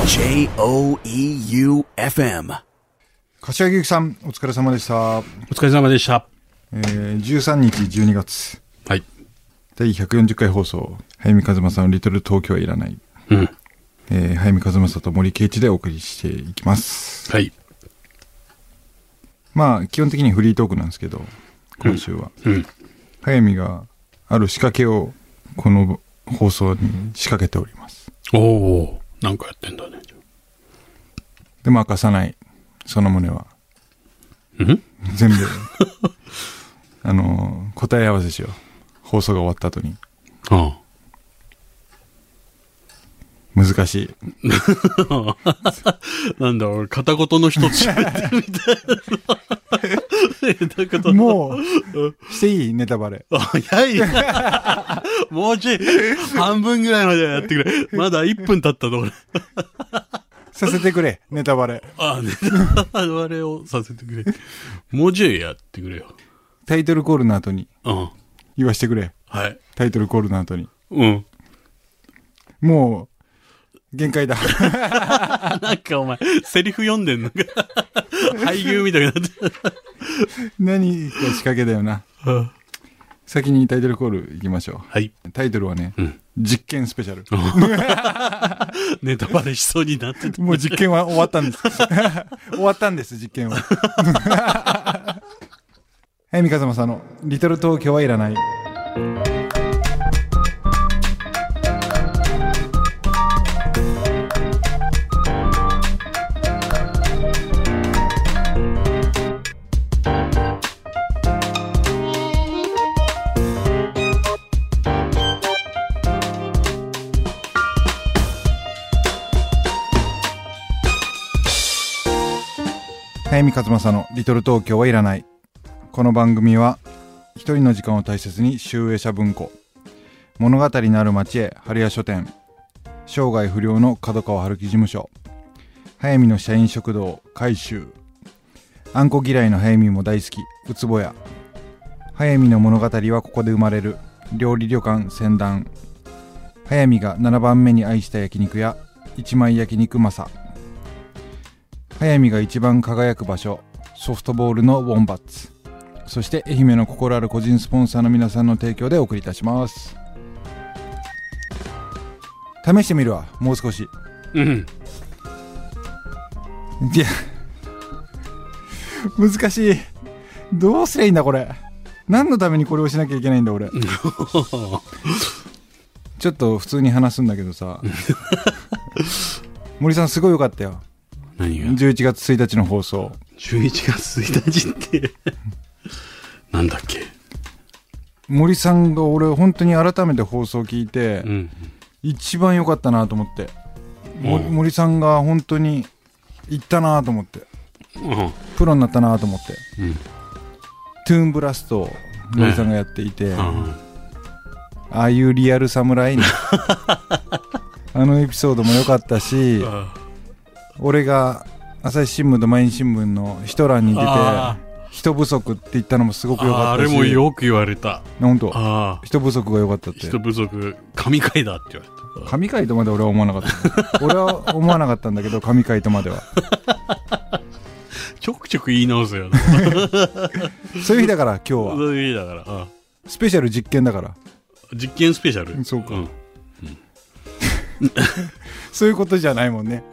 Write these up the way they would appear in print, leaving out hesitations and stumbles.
J-O-E-U-F-M 柏木由紀さんお疲れ様でした。 お疲れ様でした。 13日12月、 はい、 第140回放送、早見和正のリトル東京はいらない、早見和正と森圭一でお送りしていきます。 はい。 まあ基本的にフリートークなんですけど、今週は、早見がある仕掛けをこの放送に仕掛けております。 おお、なんかやってんだね。 でも明かさないその旨は全部答え合わせしよう、放送が終わった後に。難しいなんだ俺片言の一つ喋ってるみたいなもうしていい？ネタバレ早いもうちょい半分ぐらいまでやってくれ。まだ1分経ったと俺させてくれ、ネタバレ。 ネタバレをさせてくれ。もうちょいやってくれよ。 タイトルコールの後に言わしてくれ。 はい。 タイトルコールの後に。もう限界だなんかお前セリフ読んでんのか俳優みたいになって何か仕掛けだよな。先にタイトルコールいきましょう。 はい。 タイトルはね、実験スペシャルネタバレしそうになってた。 もう実験は終わったんです終わったんです、実験は早見和正のリトル東京はいらない。早見和正のリトル東京はいらない。この番組は一人の時間を大切に集英社文庫、物語のある町へ春屋書店、生涯不良の角川春樹事務所、早見の社員食堂改修、あんこ嫌いの早見も大好きうつぼや、早見の物語はここで生まれる料理旅館船団、早見が7番目に愛した焼肉屋一枚焼肉マサ、早見が一番輝く場所ソフトボールのウォンバッツ、そして愛媛の心ある個人スポンサーの皆さんの提供でお送りいたします。試してみるわ、もう少し。いや難しい。どうすりゃいいんだこれ。何のためにこれをしなきゃいけないんだ俺ちょっと普通に話すんだけどさ森さんすごいよかったよ。 何が 11月1日の放送。 11月1日ってなんだっけ。 森さんが俺本当に改めて放送聞いて、一番良かったなと思って、森さんが本当に行ったなと思って、プロになったなと思って、トゥーンブラストを森さんがやっていて、ああいうリアル侍ねあのエピソードも良かったし、俺が朝日新聞と毎日新聞の一欄に出て人不足って言ったのもすごく良かったし、 あれもよく言われた。 本当。人不足が良かったって。 人不足神回だって言われた。 神回とまで俺は思わなかった俺は思わなかったんだけど神回とまではちょくちょく言い直すよなそういう日だから今日は。 そういう日だから。 スペシャル実験だから。 実験スペシャル。 そうか、そういうことじゃないもんね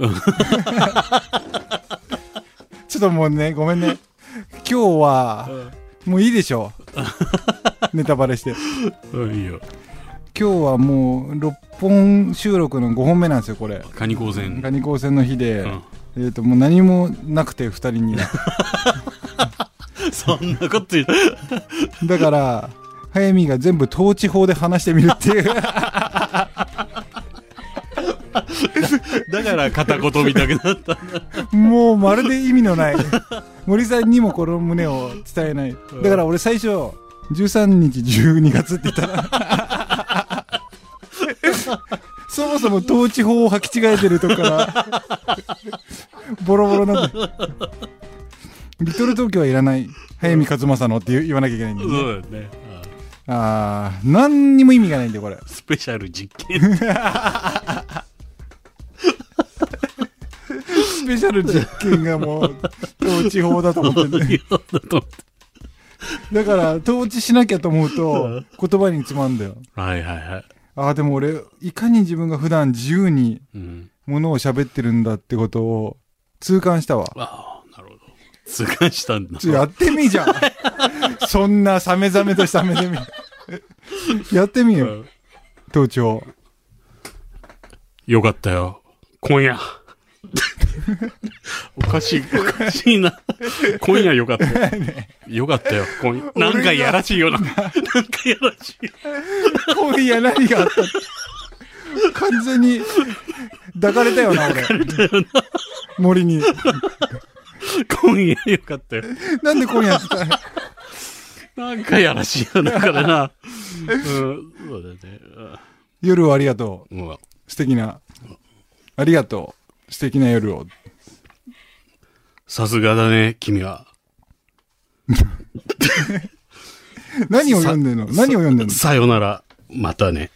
ちょっともうね、ごめんね、今日はもういいでしょネタバレしていいよ。 今日はもう6本収録の5本目なんですよこれ。 カニ高専の日で、もう何もなくて2人にはそんなこと言うだから早見が全部統治法で話してみるっていうだから片言みたくなったもうまるで意味のない森さんにもこの旨を伝えない。だから俺最初13日12月って言ったらそもそも統治法を履き違えてるとこからボロボロなんだ。リトル東京はいらない早見和正のって言わなきゃいけないんだよね。 そうだね。 何にも意味がないんだよこれ。 スペシャル実験スペシャル実験がもう統治法だと思ってね。だから統治しなきゃと思うと言葉に詰まんだよ。 はいはいはい。 ああ、でも俺いかに自分が普段自由にものを喋ってるんだってことを痛感したわ。 ああ、なるほど。痛感したんだ。 やってみじゃん。そんなサメザメとした目で見やってみよ、盗聴。 よかったよ。今夜。おかしいな。今夜よかったよ。よかったよ。なんかやらしいよな。なんかやらしい。 今夜何があった完全に抱かれたよな、俺。森に。 今夜よかったよ。 なんで今夜って言ったなんかやらしいよだからな。そうだね。 夜をありがとう。素敵な。ありがとう。素敵な夜を。 さすがだね、君は。 何を読んでんの？何を読んでんの？ さよなら、またね。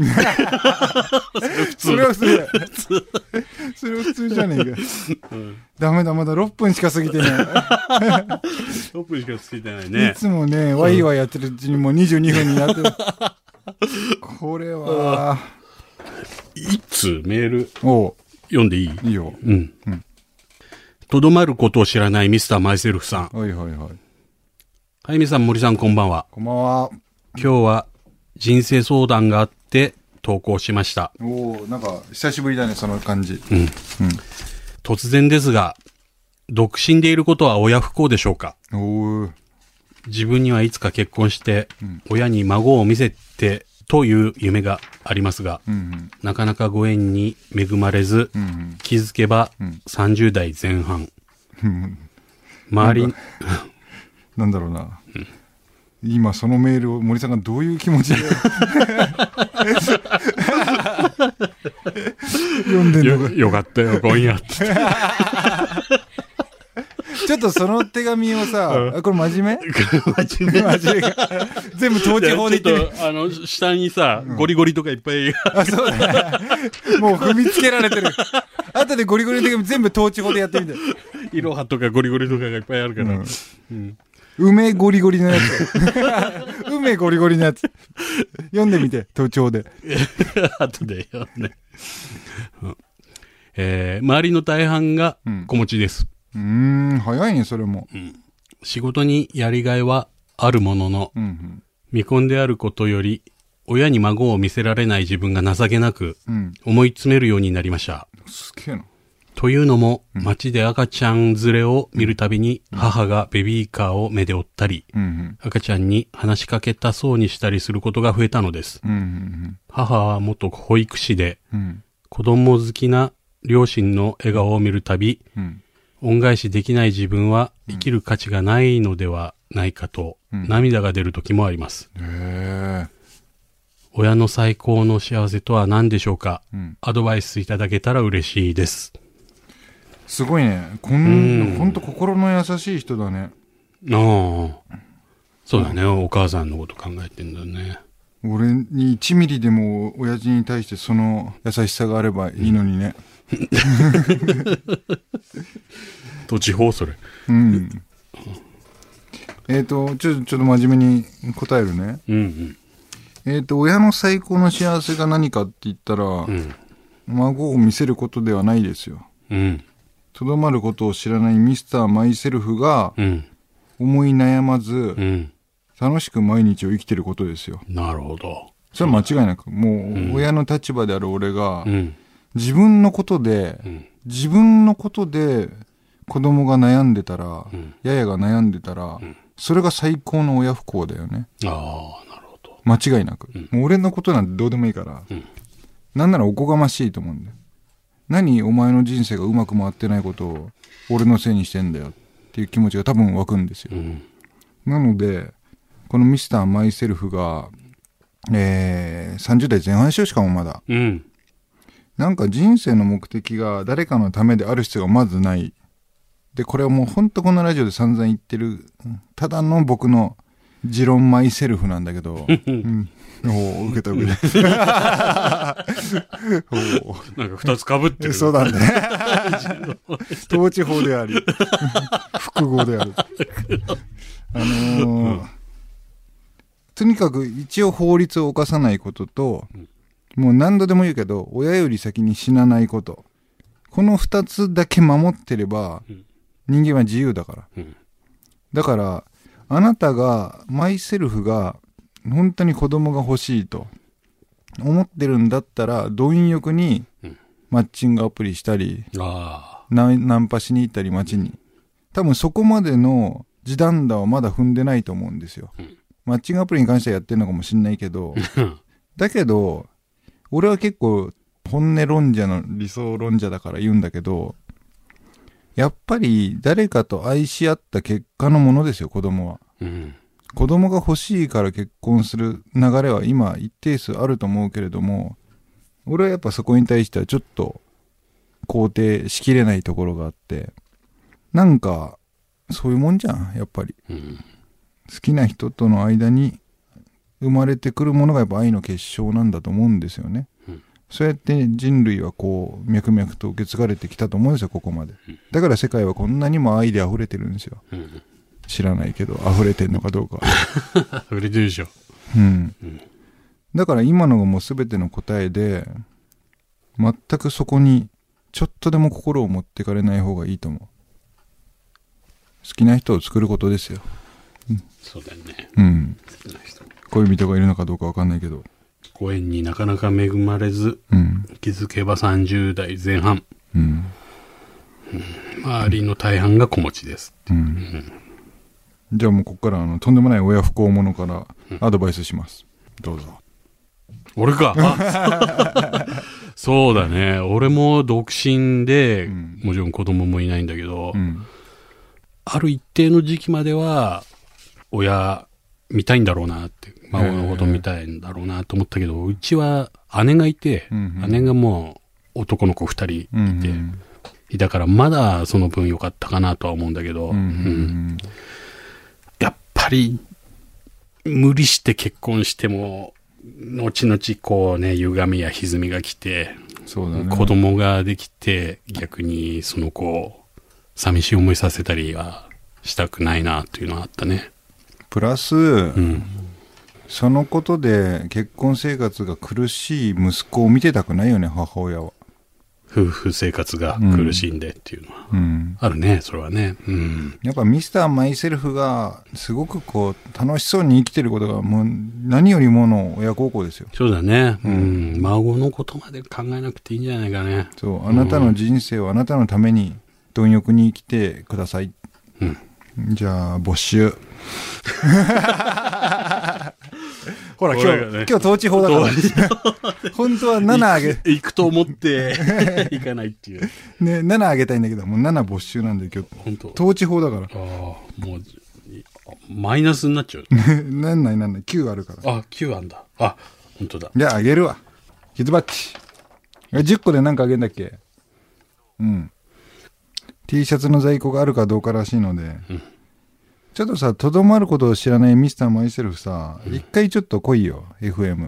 それは普通だよ。それは普通じゃねえか。ダメだ、まだ6分しか過ぎてない。 6分しか過ぎてないね。 いつもね、ワイワイやってるうちにもう22分になってる。これは。 いつメール読んでいい？ いいよ。 うん。とどまることを知らないミスターマイセルフさん。 はいはいはい。 はい、みさん、森さん、こんばんは。 こんばんは。 今日は人生相談があって投稿しました。 おお、なんか久しぶりだね、その感じ。 うん。突然ですが、独身でいることは親不幸でしょうか？ おお。 自分にはいつか結婚して、親に孫を見せてという夢がありますが、なかなかご縁に恵まれず、気づけば30代前半。周りに、 なんだろうな。今そのメールを森さんがどういう気持ちで読んでんのか。 よかったよ、今夜って。 ちょっとその手紙をさ、これ真面目真面目全部統治法で言ってる。 ちょっと、下にさ、ゴリゴリとかいっぱい。 あ、そうだ。もう踏みつけられてる。後でゴリゴリの手紙全部統治法でやってみて。 いろはとかゴリゴリとかがいっぱいあるから。 梅ゴリゴリのやつ。梅ゴリゴリのやつ。読んでみて、統治法で。 後で読んで。周りの大半が子持ちです。 早いね、それも。 仕事にやりがいはあるものの、未婚であることより、親に孫を見せられない自分が情けなく、思い詰めるようになりました。 すげえな。 というのも、街で赤ちゃん連れを見るたびに、母がベビーカーを目で追ったり、赤ちゃんに話しかけたそうにしたりすることが増えたのです。母は元保育士で、子供好きな両親の笑顔を見るたび、恩返しできない自分は生きる価値がないのではないかと、涙が出る時もあります。親の最高の幸せとは何でしょうか？アドバイスいただけたら嬉しいです。 すごいね。ほんと心の優しい人だね。 ああ。そうだね。お母さんのこと考えてんだね。 俺に1ミリでも親父に対してその優しさがあればいいのにね。 土地法それ。 ちょっと真面目に答えるね。親の最高の幸せが何かって言ったら、孫を見せることではないですよ。とどまることを知らないミスターマイセルフが、思い悩まず、楽しく毎日を生きてることですよ。 なるほど。 それは間違いなく、もう親の立場である俺が、自分のことで子供が悩んでたら、ややが悩んでたら、それが最高の親不幸だよね。 ああ、なるほど。 間違いなく。もう俺のことなんてどうでもいいから、なんならおこがましいと思うんだよ。何お前の人生がうまく回ってないことを俺のせいにしてんだよっていう気持ちが多分湧くんですよ。なので、このミスターマイセルフが、30代前半でしょ、しかもまだ。なんか人生の目的が誰かのためである必要がまずない。で、これはもうほんとこのラジオで散々言ってる、ただの僕の持論マイセルフなんだけど、うん、お受けた。なんか二つ被ってる。 そうだね。統治法であり、複合である。とにかく一応法律を犯さないことと、もう何度でも言うけど、親より先に死なないこと。この二つだけ守ってれば、人間は自由だから。だから、あなたが、マイセルフが、本当に子供が欲しいと思ってるんだったら、貪欲にマッチングアプリしたり、ナンパしに行ったり街に。多分そこまでの時短打はまだ踏んでないと思うんですよ。マッチングアプリに関してはやってるのかもしれないけど、だけど、俺は結構本音論者の理想論者だから言うんだけど、やっぱり誰かと愛し合った結果のものですよ、子供は。子供が欲しいから結婚する流れは今一定数あると思うけれども、俺はやっぱそこに対してはちょっと肯定しきれないところがあって、なんかそういうもんじゃん、やっぱり。好きな人との間に生まれてくるものがやっぱ愛の結晶なんだと思うんですよね。そうやって人類はこう脈々と受け継がれてきたと思うんですよ、ここまで。だから世界はこんなにも愛で溢れてるんですよ。知らないけど溢れてんのかどうか。 溢れてるでしょ。 だから今のがもう全ての答えで、全くそこにちょっとでも心を持ってかれない方がいいと思う。好きな人を作ることですよ。 そうだよね。 好きな人。恋人がいるのかどうかわかんないけど。 ご縁になかなか恵まれず、気づけば30代前半。周りの大半が子持ちです。 じゃあもうここからとんでもない親不孝者からアドバイスします。どうぞ。 俺か。そうだね。俺も独身で、もちろん子供もいないんだけど、ある一定の時期までは親見たいんだろうなって、孫のこと見たいんだろうなと思ったけど、うちは姉がいて、姉がもう男の子2人いたからまだその分良かったかなとは思うんだけど、やっぱり無理して結婚しても後々こうね、歪みや歪みが来て、 そうだね、 子供ができて逆にその子を寂しい思いさせたりはしたくないなというのはあったね。 プラス、そのことで結婚生活が苦しい息子を見てたくないよね、母親は。 夫婦生活が苦しいんでっていうのは、あるね、それはね。 やっぱミスターマイセルフがすごくこう楽しそうに生きてることがもう何よりもの親孝行ですよ。 そうだね。孫のことまで考えなくていいんじゃないかね。 そう、あなたの人生をあなたのために貪欲に生きてください。じゃあ没収。ほら、今日統治法だから本当は7あげ行くと思って行かないっていうね。7あげたいんだけどもう7没収なんで今日本当統治法だから。 もうマイナスになっちゃう。 なんない9あるから。 9あんだ。本当だ。 じゃああげるわ。キズバッチ10個で何かあげんだっけ。T シャツの在庫があるかどうからしいので、ちょっとさ、とどまることを知らないミスターマイセルフさ、一回ちょっと来いよ、FM。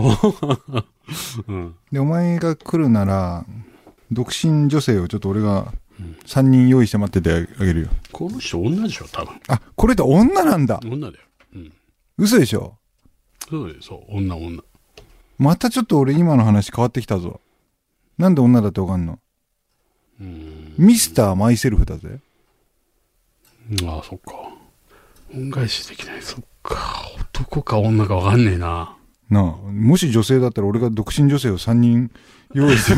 で、お前が来るなら、独身女性をちょっと俺が3人用意して待っててあげるよ。 この人女でしょ、多分。 これって女なんだ。 女だよ。 嘘でしょ。 そう、女。 またちょっと俺今の話変わってきたぞ。なんで女だってわかんの？ミスターマイセルフだぜ。 そっか。恩返しできない。そっか。男か女かわかんねえな。 もし女性だったら俺が独身女性を3人用意して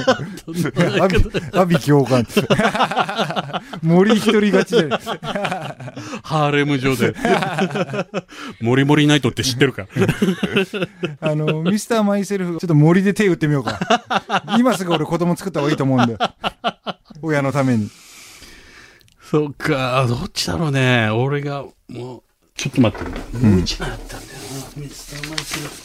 阿鼻教官森一人勝ちでハーレム上でモリモリナイトって知ってるか。 ミスターマイセルフちょっと森で手打ってみようか。今すぐ俺子供作った方がいいと思うんだよ。親のために。 そっか、どっちだろうね。俺がもうちょっと待って、もう一枚あったんだよな。ミスターマイセルフ。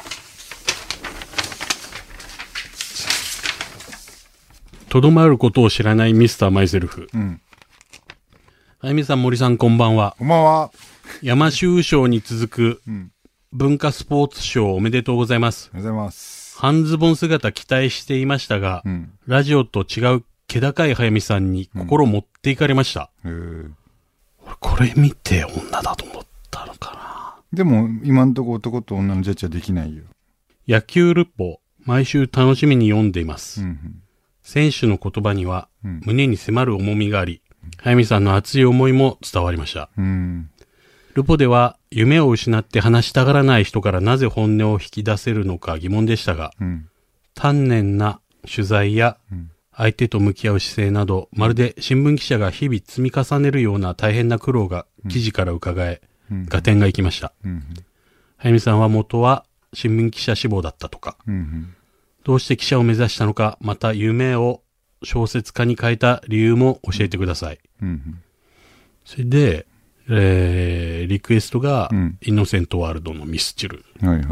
とどまることを知らないミスターマイセルフ。あゆみさん、森さん、こんばんは。 こんばんは。 山州賞に続く文化スポーツ賞おめでとうございます。 ありがとうございます。 半ズボン姿期待していましたが、ラジオと違う気高い早見さんに心持っていかれました。俺これ見て女だと思ったのかな。 でも今んとこ男と女のジャッジはできないよ。 野球ルッポ毎週楽しみに読んでいます。選手の言葉には胸に迫る重みがあり、早見さんの熱い思いも伝わりました。ルポでは夢を失って話したがらない人からなぜ本音を引き出せるのか疑問でしたが、丹念な取材や相手と向き合う姿勢など、まるで新聞記者が日々積み重ねるような大変な苦労が記事から伺え、合点がいきました。早見さんは元は新聞記者志望だったとか、どうして記者を目指したのか、また夢を小説家に変えた理由も教えてください。それで、リクエストが、イノセントワールドのミスチル。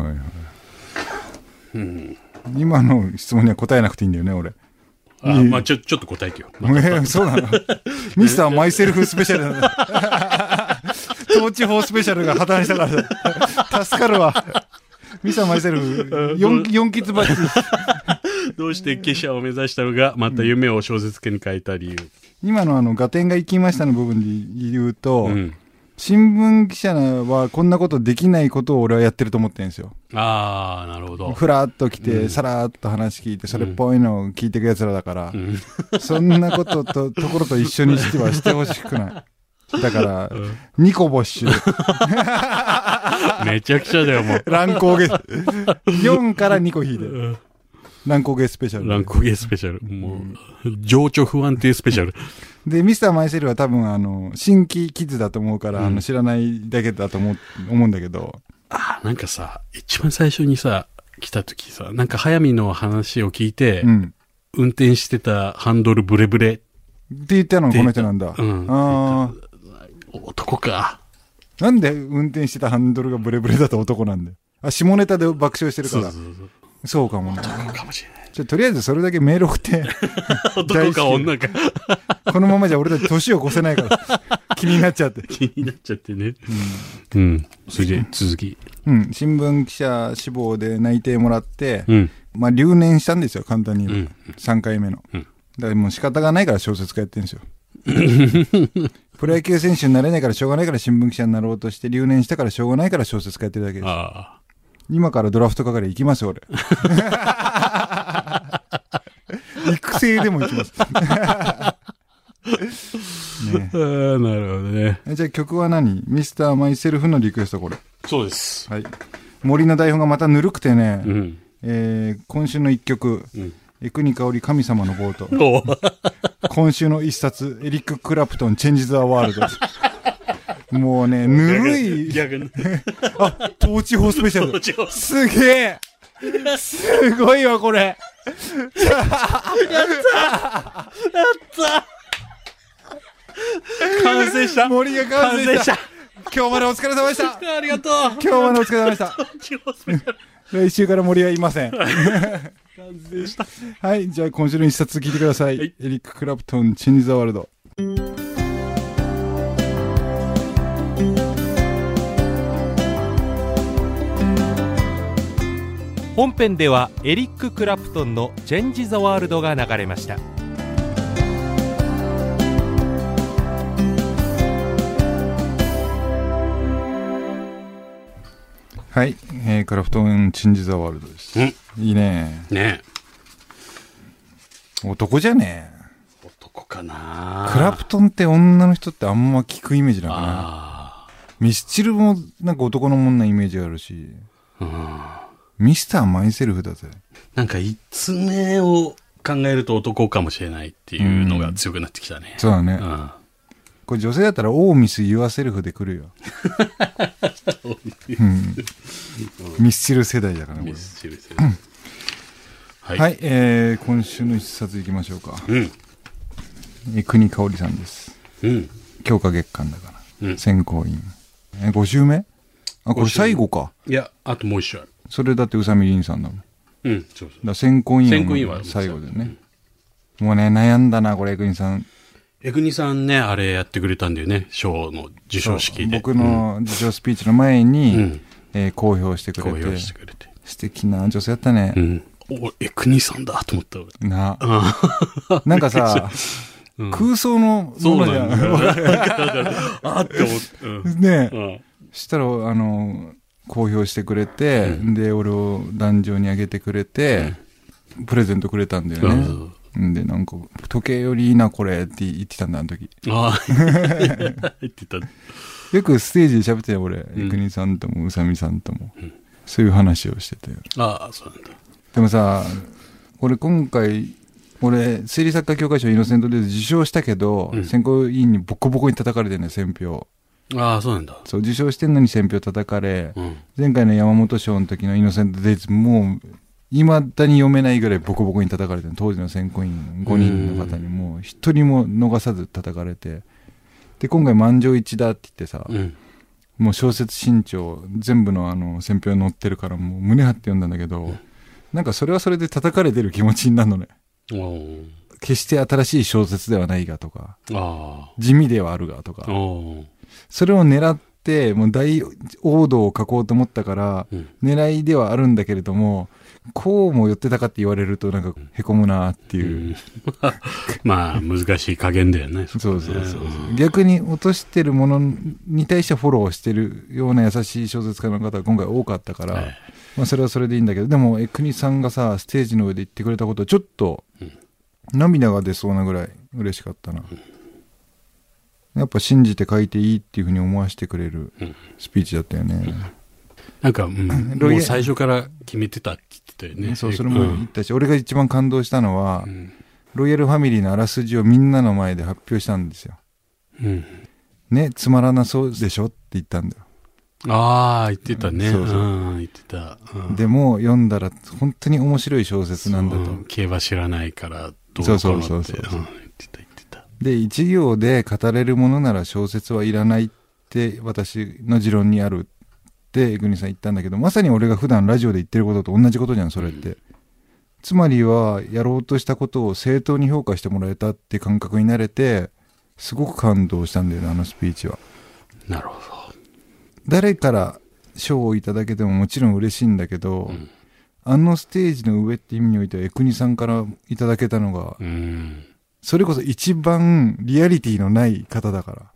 今の質問には答えなくていいんだよね、俺。 まあちょっと答えてよ。 そうなのミスターマイセルフスペシャルなんだ。統治法スペシャルが破綻したから助かるわ。ミスターマイセルフ4キツバッチ。 どうして記者を目指したのがまた夢を小説家に変えた理由。 今の合点がいきましたの部分で言うと、新聞記者はこんなことできないことを俺はやってると思ってるんですよ。 ああ、なるほど。 ふらっと来て、さらっと話聞いて、それっぽいのを聞いていく奴らだから、そんなことところと一緒にしてはしてほしくない。だから、2個没収。 めちゃくちゃだよ、もう。 乱高下。4から2個引いて。乱高下スペシャル。 乱高下スペシャル。もう、情緒不安定スペシャル。 で、ミスターマイセルは多分新規キッズだと思うから、知らないだけだと思うんだけど。 なんかさ、一番最初にさ、来た時さ、なんか早見の話を聞いて、運転してたハンドルブレブレ。って言ったのがこの人なんだ。 男か。 なんで運転してたハンドルがブレブレだと男なんだよ。下ネタで爆笑してるから。そうかもね。 男かもしれない。 とりあえずそれだけメール送って。 男か女か。 このままじゃ俺たち年を越せないから。気になっちゃって。 気になっちゃってね。それで続き。 新聞記者志望で内定もらって、まあ留年したんですよ、簡単に言う。3回目の。だからもう仕方がないから小説家やってるんですよ。プロ野球選手になれないからしょうがないから新聞記者になろうとして留年したからしょうがないから小説家やってるだけです。今からドラフト係行きますよ、俺。育成でも行きます。 なるほどね。 じゃあ曲は何？ミスターマイセルフのリクエストこれ。 そうです。 はい。森の台本がまたぬるくてね、今週の一曲、江国香織神様のボート。今週の一冊、エリック・クラプトン、チェンジ・ザ・ワールド。もうね、ぬるい。統治法スペシャル。すげえすごいわ、これ。やった完成した森が完成した今日までお疲れ様でしたありがとう今日までお疲れ様でした来週から森はいません完成したはい、じゃあ今週の一冊聞いてください、エリック・クラプトン、チェンジ・ザ・ワールド。 本編ではエリック・クラプトンのチェンジ・ザ・ワールドが流れました。 はい、クラプトンチェンジ・ザ・ワールドです。いいね。 ね男じゃねえ。男かな。 クラプトンって女の人ってあんま聞くイメージなのかな。ミスチルもなんか男のもんなイメージあるし。ミスターマイセルフだぜ。 なんか一目を考えると男かもしれないっていうのが強くなってきたね。 そうだね。これ女性だったらオーミス・ユアセルフで来るよ。ミスチル世代だからね。ミスチル世代。はい、今週の一冊いきましょうか。江国香織さんです。強化月間だから。選考員。5週目？あ、これ最後か。 いや、あともう一週ある。 それだって宇佐美凛さんだもん。 そうそう。 だ選考員は最後だよね。もうね、悩んだな、これ江国さん。 江国さんね、あれやってくれたんだよね。賞の授賞式で。 僕の受賞スピーチの前に、公表してくれて。 公表してくれて。 素敵な女性やったね。 お、江国さんだと思った俺。 な。なんかさ、空想のものじゃん。 あって思って。 ねしたら、公表してくれて、で、俺を壇上に上げてくれて、プレゼントくれたんだよね。で、なんか、時計よりいいな、これって言ってたんだ、あの時。 ああ、言ってた。 よくステージで喋ってたよ、俺。江国さんとも、宇佐美さんとも。そういう話をしてたよ。 ああ、そうなんだ。 でもさ、俺今回、推理作家協会賞イノセントで受賞したけど、選考委員にボコボコに叩かれてね、選票。 ああ、そうなんだ。 そう、受賞してんのに選票叩かれ、前回の山本賞の時のイノセントデイズもう、未だに読めないぐらいボコボコに叩かれてる。当時の選考委員5人の方にもう一人も逃さず叩かれて。で、今回満場一致だって言ってさ、もう小説新潮全部の選票載ってるからもう胸張って読んだんだけど、なんかそれはそれで叩かれてる気持ちになるのね。決して新しい小説ではないがとか、地味ではあるがとか、それを狙ってもう大王道を書こうと思ったから、狙いではあるんだけれども、こうも寄ってたかって言われるとなんか凹むなっていう、 まあ難しい加減だよね。 そう。逆に落としてるものに対してフォローしてるような優しい小説家の方が今回多かったから、まあそれはそれでいいんだけど、でも江国さんがさステージの上で言ってくれたことちょっと涙が出そうなぐらい嬉しかったな。やっぱ信じて書いていいっていうふうに思わせてくれるスピーチだったよね。 なんか、もう最初から決めてたって言ってたよね。 そう、それも言ったし、俺が一番感動したのは、ロイヤルファミリーのあらすじをみんなの前で発表したんですよ。ね、つまらなそうでしょって言ったんだよ。 ああ、言ってたね。言ってた。 でも、読んだら本当に面白い小説なんだと。 競馬知らないから、どうそう。 言ってた。 で、一行で語れるものなら小説はいらないって私の持論にあるって江国さん言ったんだけど、まさに俺が普段ラジオで言ってることと同じことじゃん、それって。つまりは、やろうとしたことを正当に評価してもらえたって感覚になれて、すごく感動したんだよね、あのスピーチは。 なるほど。 誰から賞をいただけてももちろん嬉しいんだけど、あのステージの上って意味においては江国さんからいただけたのが、それこそ一番リアリティのない方だから。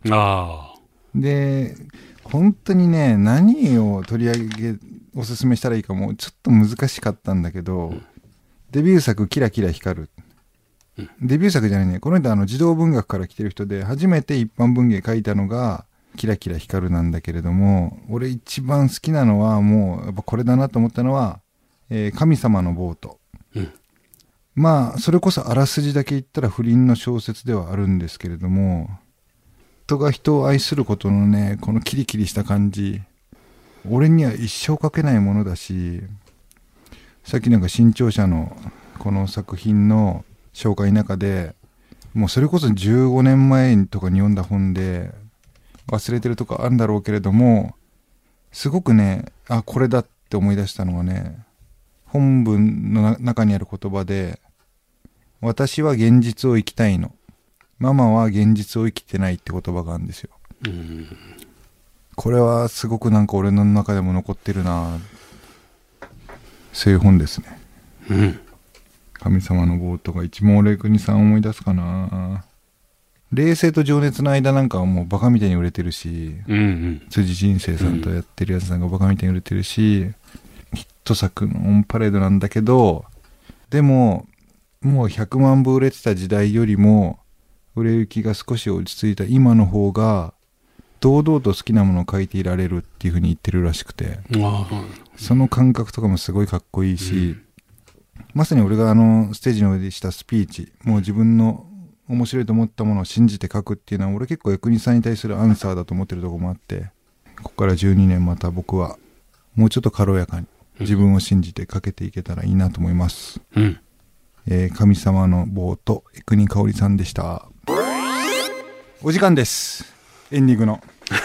で、本当にね、何を取り上げ、おすすめしたらいいかもちょっと難しかったんだけど、デビュー作キラキラ光る。デビュー作じゃないね。この人児童文学から来てる人で、初めて一般文芸書いたのがキラキラ光るなんだけれども、俺一番好きなのはもうやっぱこれだなと思ったのは、神様のボート。まあそれこそあらすじだけ言ったら不倫の小説ではあるんですけれども、人が人を愛することのね、このキリキリした感じ、俺には一生書けないものだし、さっきなんか新潮社のこの作品の紹介の中で、もうそれこそ15年前とかに読んだ本で忘れてるとこあるんだろうけれども、すごくね、あ、これだって思い出したのはね、本文の中にある言葉で、私は現実を生きたいの。ママは現実を生きてないって言葉があるんですよ。これはすごくなんか俺の中でも残ってるな。そういう本ですね。神様のボートが一番俺国さん思い出すかな。冷静と情熱の間なんかはもうバカみたいに売れてるし、辻人生さんとやってるやつなんかバカみたいに売れてるし、ヒット作のオンパレードなんだけど、でももう100万部売れてた時代よりも売れ行きが少し落ち着いた今の方が堂々と好きなものを書いていられるっていう風に言ってるらしくて、その感覚とかもすごいかっこいいし、まさに俺がステージの上でしたスピーチ、もう自分の面白いと思ったものを信じて書くっていうのは俺結構江国さんに対するアンサーだと思ってるところもあって、ここから12年また僕はもうちょっと軽やかに自分を信じて書けていけたらいいなと思います。神様のボート、江国香織さんでした。お時間です。エンディングの。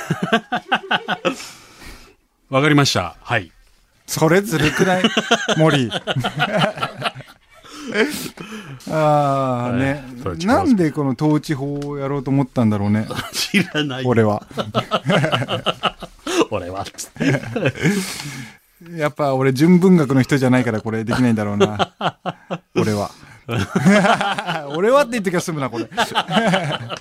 わかりました。はい。 それずるくない森。 ああね、なんでこの統治法をやろうと思ったんだろうね。 知らない。 俺は。 俺は。つってやっぱ俺純文学の人じゃないからこれできないんだろうな。俺は。俺はって言ってきゃ済むな、これ。はい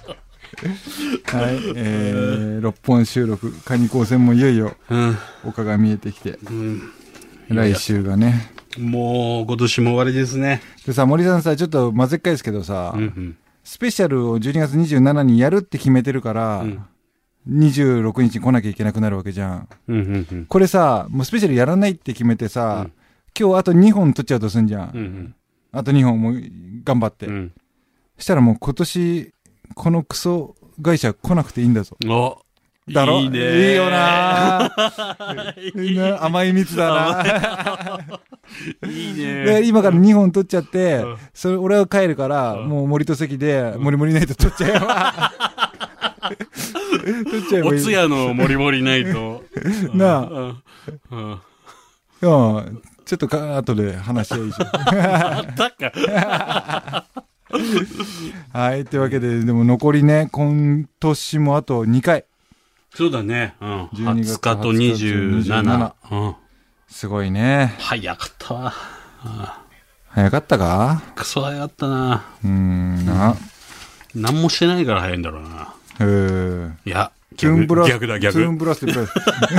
、6本収録、カニ高専もいよいよ、丘が見えてきて、来週がね。 もう今年も終わりですね。 でさ、森さんさ、ちょっと混ぜっかいですけどさ、スペシャルを12月27にやるって決めてるから、26日に来なきゃいけなくなるわけじゃん。これさ、もうスペシャルやらないって決めてさ、今日あと2本撮っちゃうとすんじゃん。あと2本も頑張って。したらもう今年、このクソ会社来なくていいんだぞ。だろ？いいね。いいよな。甘い蜜だな。 いいね。 で今から2本取っちゃって、それ俺は帰るから、もう森と関で、森森ナイト取っちゃえば。取っちゃえばいい。 おつやの森森ナイト。 なあ。ちょっと後で話し合いいじゃん。 あったか。 はい。というわけで、でも残りね、今年もあと2回。 そうだね。 12月 20日と27。 すごいね。 早かったわ。 早かったか？ クソ早かったな。何もしてないから早いんだろうな。いや、逆だ、逆。 ツーンブラストプラ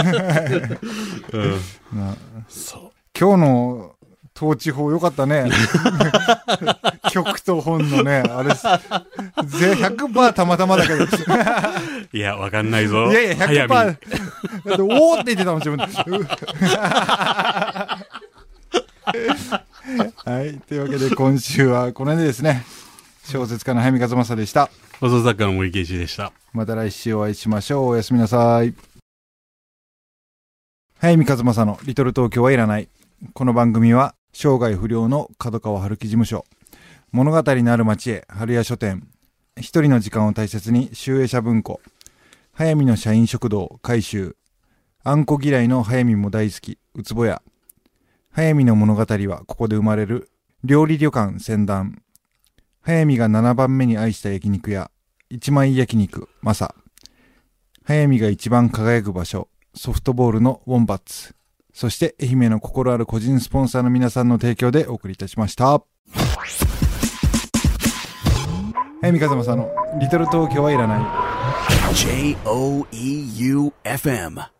ス。 そう。 今日の統治法良かったね。曲と本のね、あれ、100% たまたまだけど。 いや、わかんないぞ。 いやいや、100%。だって、おーって言ってたもん、自分で。はい。というわけで、今週はこの辺でですね、小説家の早見和正でした。 放送作家の森圭一でした。 また来週お会いしましょう。おやすみなさい。早見和正のリトル東京はいらない。この番組は生涯不良の角川春樹事務所、物語のある町へ春屋書店、一人の時間を大切に集英社文庫、早見の社員食堂改修、あんこ嫌いの早見も大好きうつぼや、早見の物語はここで生まれる料理旅館船団、早見が7番目に愛した焼肉屋一枚焼肉マサ、早見が一番輝く場所ソフトボールのウォンバッツ、そして愛媛の心ある個人スポンサーの皆さんの提供でお送りいたしました。早見和正のリトル東京はいらない。 JOEU FM